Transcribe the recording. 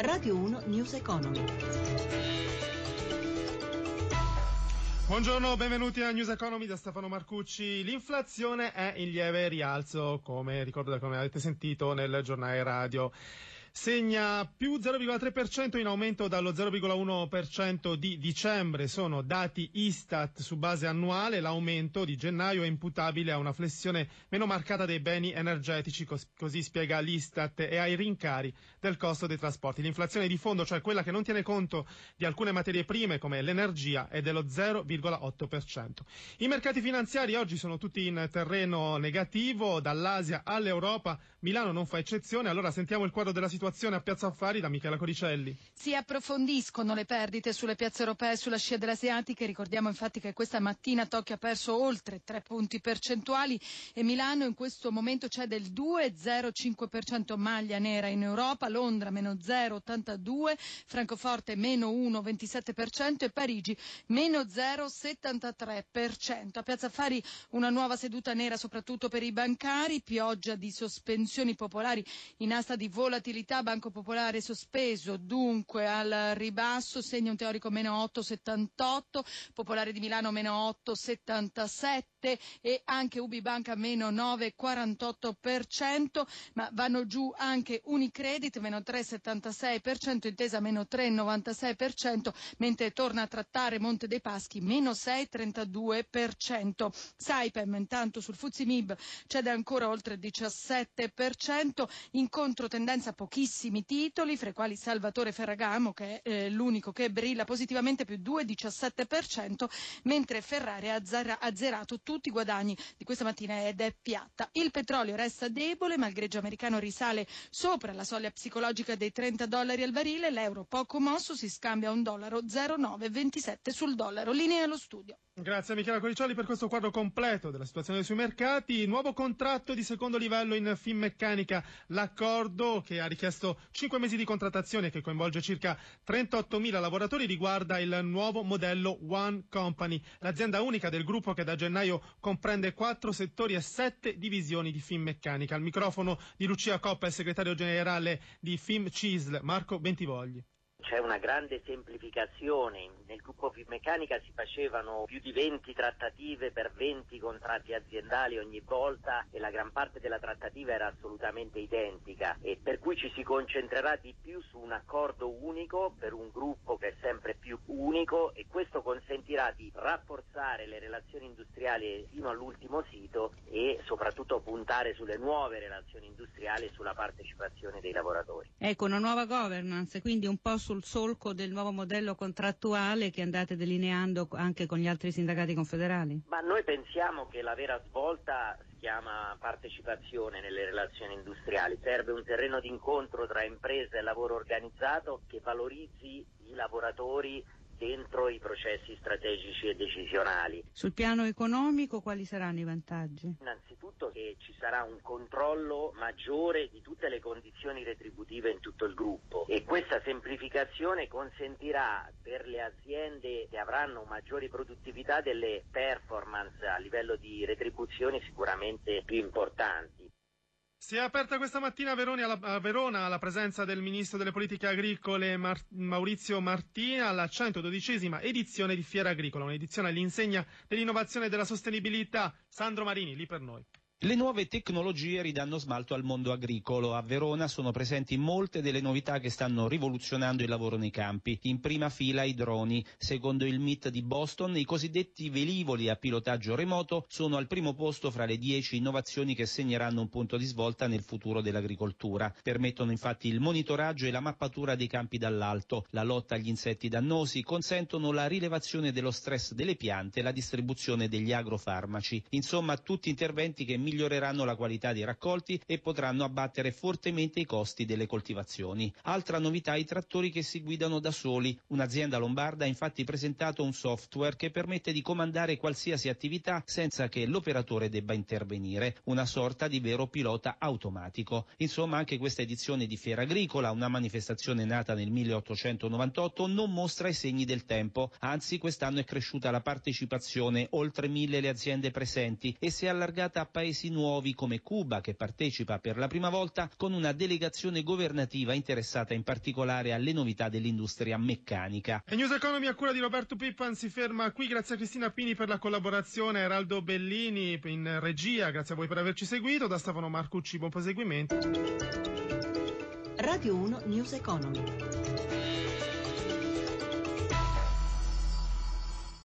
Radio 1 News Economy. Buongiorno, benvenuti a News Economy da Stefano Marcucci. L'inflazione è in lieve rialzo, come avete sentito nel giornale radio. Segna più 0,3% in aumento dallo 0,1% di dicembre. Sono dati Istat su base annuale. L'aumento di gennaio è imputabile a una flessione meno marcata dei beni energetici, così spiega l'Istat, e ai rincari del costo dei trasporti. L'inflazione di fondo, cioè quella che non tiene conto di alcune materie prime come l'energia, è dello 0,8%. I mercati finanziari oggi sono tutti in terreno negativo, dall'Asia all'Europa. Milano non fa eccezione. Allora sentiamo il quadro della situazione a Piazza Affari da Michela Coricelli. Si approfondiscono le perdite sulle piazze europee sulla scia delle asiatiche. Ricordiamo infatti che questa mattina Tokyo ha perso oltre 3 punti percentuali e Milano in questo momento c'è del 2,05%, maglia nera in Europa, Londra meno 0,82%, Francoforte meno 1,27% e Parigi meno 0,73%. A Piazza Affari una nuova seduta nera soprattutto per i bancari, pioggia di sospensioni popolari in asta di volatilità. Banco Popolare sospeso dunque al ribasso, segna un teorico meno 8,78, Popolare di Milano meno 8,77 e anche Ubibanca meno 9,48%, ma vanno giù anche Unicredit meno 3,76%, Intesa meno 3,96%, mentre torna a trattare Monte dei Paschi meno 6,32%. Saipem intanto sul FTSE MIB cede ancora oltre il 17%, in controtendenza pochissimi titoli, fra i quali Salvatore Ferragamo, che è l'unico che brilla positivamente, più 2,17%, mentre Ferrari ha azzerato tutti i guadagni di questa mattina ed è piatta. Il petrolio resta debole, ma il greggio americano risale sopra la soglia psicologica dei $30 al barile, l'euro poco mosso, si scambia a $1,0927 sul dollaro. Linea allo studio. Grazie a Michela Coricioli per questo quadro completo della situazione sui mercati. Nuovo contratto di secondo livello in Finmeccanica, l'accordo che ha richiesto 5 mesi di contrattazione che coinvolge circa 38.000 lavoratori riguarda il nuovo modello One Company, l'azienda unica del gruppo che da gennaio comprende 4 settori e 7 divisioni di Finmeccanica. Al microfono di Lucia Coppa, il segretario generale di Fincisl, Marco Bentivogli. C'è una grande semplificazione, nel gruppo Finmeccanica si facevano più di 20 trattative per 20 contratti aziendali ogni volta e la gran parte della trattativa era assolutamente identica, e per cui ci si concentrerà di più su un accordo unico per un gruppo che è sempre più unico, e questo consentirà di rafforzare le relazioni industriali fino all'ultimo sito e soprattutto puntare sulle nuove relazioni industriali e sulla partecipazione dei lavoratori. Ecco, una nuova governance, quindi un po' sul solco del nuovo modello contrattuale che andate delineando anche con gli altri sindacati confederali? Ma noi pensiamo che la vera svolta si chiama partecipazione nelle relazioni industriali. Serve un terreno d'incontro tra impresa e lavoro organizzato che valorizzi i lavoratori dentro i processi strategici e decisionali. Sul piano economico quali saranno i vantaggi? Innanzitutto che ci sarà un controllo maggiore di tutte le condizioni retributive in tutto il gruppo, e questa semplificazione consentirà per le aziende che avranno maggiori produttività delle performance a livello di retribuzioni sicuramente più importanti. Si è aperta questa mattina a Verona la presenza del ministro delle politiche agricole Maurizio Martina alla 112esima edizione di Fiera Agricola, un'edizione all'insegna dell'innovazione e della sostenibilità. Sandro Marini, lì per noi. Le nuove tecnologie ridanno smalto al mondo agricolo. A Verona sono presenti molte delle novità che stanno rivoluzionando il lavoro nei campi. In prima fila i droni. Secondo il MIT di Boston, i cosiddetti velivoli a pilotaggio remoto sono al primo posto fra le 10 innovazioni che segneranno un punto di svolta nel futuro dell'agricoltura. Permettono infatti il monitoraggio e la mappatura dei campi dall'alto, la lotta agli insetti dannosi, consentono la rilevazione dello stress delle piante e la distribuzione degli agrofarmaci. Insomma, tutti interventi che miglioreranno la qualità dei raccolti e potranno abbattere fortemente i costi delle coltivazioni. Altra novità, i trattori che si guidano da soli. Un'azienda lombarda ha infatti presentato un software che permette di comandare qualsiasi attività senza che l'operatore debba intervenire, una sorta di vero pilota automatico. Insomma, anche questa edizione di Fiera Agricola, una manifestazione nata nel 1898, non mostra i segni del tempo, anzi quest'anno è cresciuta la partecipazione, oltre 1.000 le aziende presenti, e si è allargata a paesi paesi nuovi come Cuba, che partecipa per la prima volta con una delegazione governativa interessata in particolare alle novità dell'industria meccanica. E News Economy a cura di Roberto Pippan si ferma qui, grazie a Cristina Pini per la collaborazione, Eraldo Bellini in regia, grazie a voi per averci seguito, da Stefano Marcucci buon proseguimento. Radio 1 News Economy.